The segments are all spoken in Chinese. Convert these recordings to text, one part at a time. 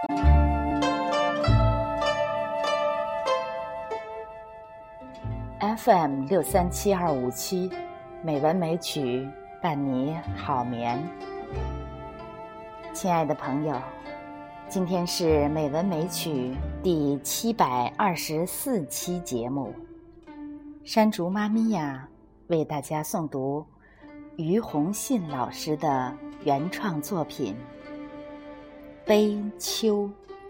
FM 637257，美文美曲伴你好眠。亲爱的朋友，今天是美文美曲第724期节目，山竹妈咪呀为大家诵读于洪信老师的原创作品《悲秋》。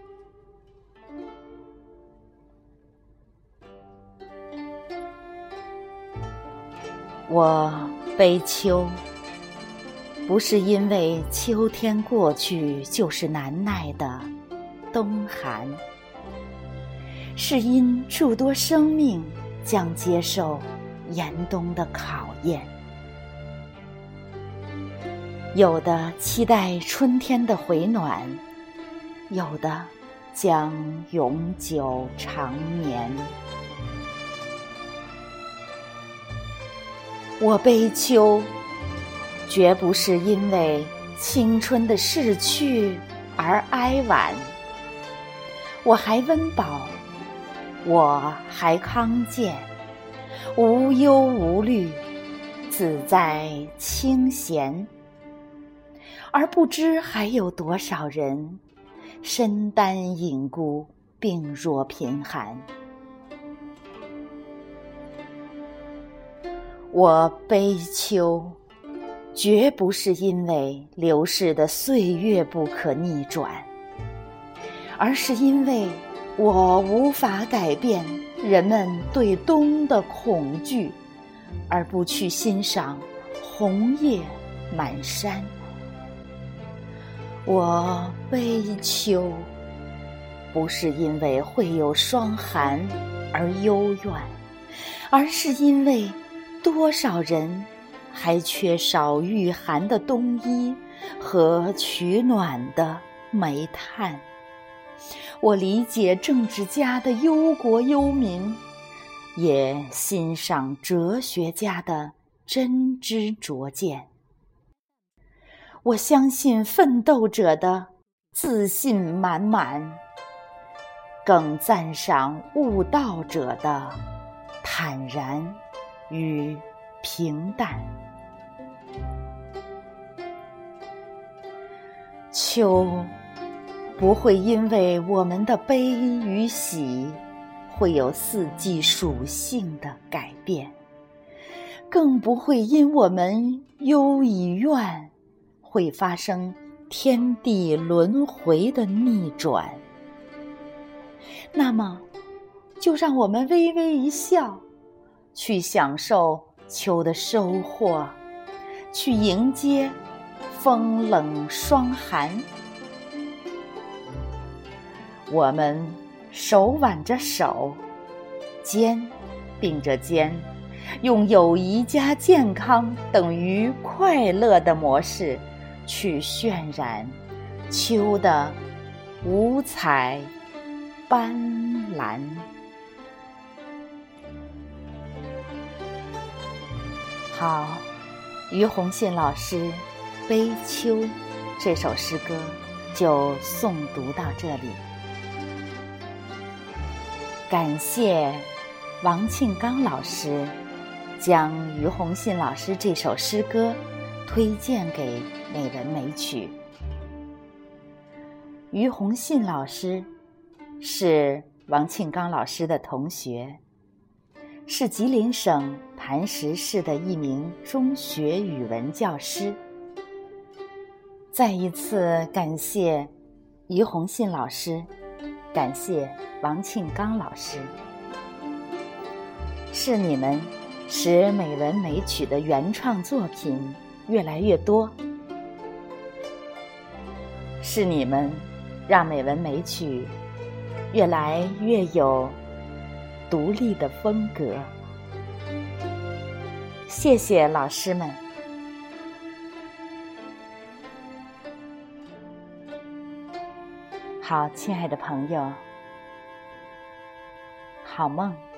我悲秋，不是因为秋天过去就是难耐的冬寒，是因诸多生命将接受严冬的考验。有的期待春天的回暖，有的将永久长眠。我悲秋，绝不是因为青春的逝去而哀婉。我还温饱，我还康健，无忧无虑，自在清闲。而不知还有多少人身单影孤，病弱贫寒。我悲秋，绝不是因为流逝的岁月不可逆转，而是因为我无法改变人们对冬的恐惧，而不去欣赏红叶满山。我悲秋，不是因为会有霜寒而幽怨，而是因为多少人还缺少御寒的冬衣和取暖的煤炭。我理解政治家的忧国忧民，也欣赏哲学家的真知灼见。我相信奋斗者的自信满满，更赞赏悟道者的坦然与平淡。秋不会因为我们的悲与喜会有四季属性的改变，更不会因我们忧与怨会发生天地轮回的逆转。那么就让我们微微一笑，去享受秋的收获，去迎接风冷霜寒。我们手挽着手，肩并着肩，用友谊加健康等于快乐的模式去渲染秋的五彩斑斓。好，于洪信老师《悲秋》这首诗歌就诵读到这里。感谢王庆刚老师将于洪信老师这首诗歌推荐给美文美曲。于洪信老师是王庆刚老师的同学，是吉林省磐石市的一名中学语文教师。再一次感谢于洪信老师，感谢王庆刚老师。是你们使美文美曲的原创作品越来越多，是你们让美文美曲越来越有独立的风格。谢谢老师们。好，亲爱的朋友，好梦。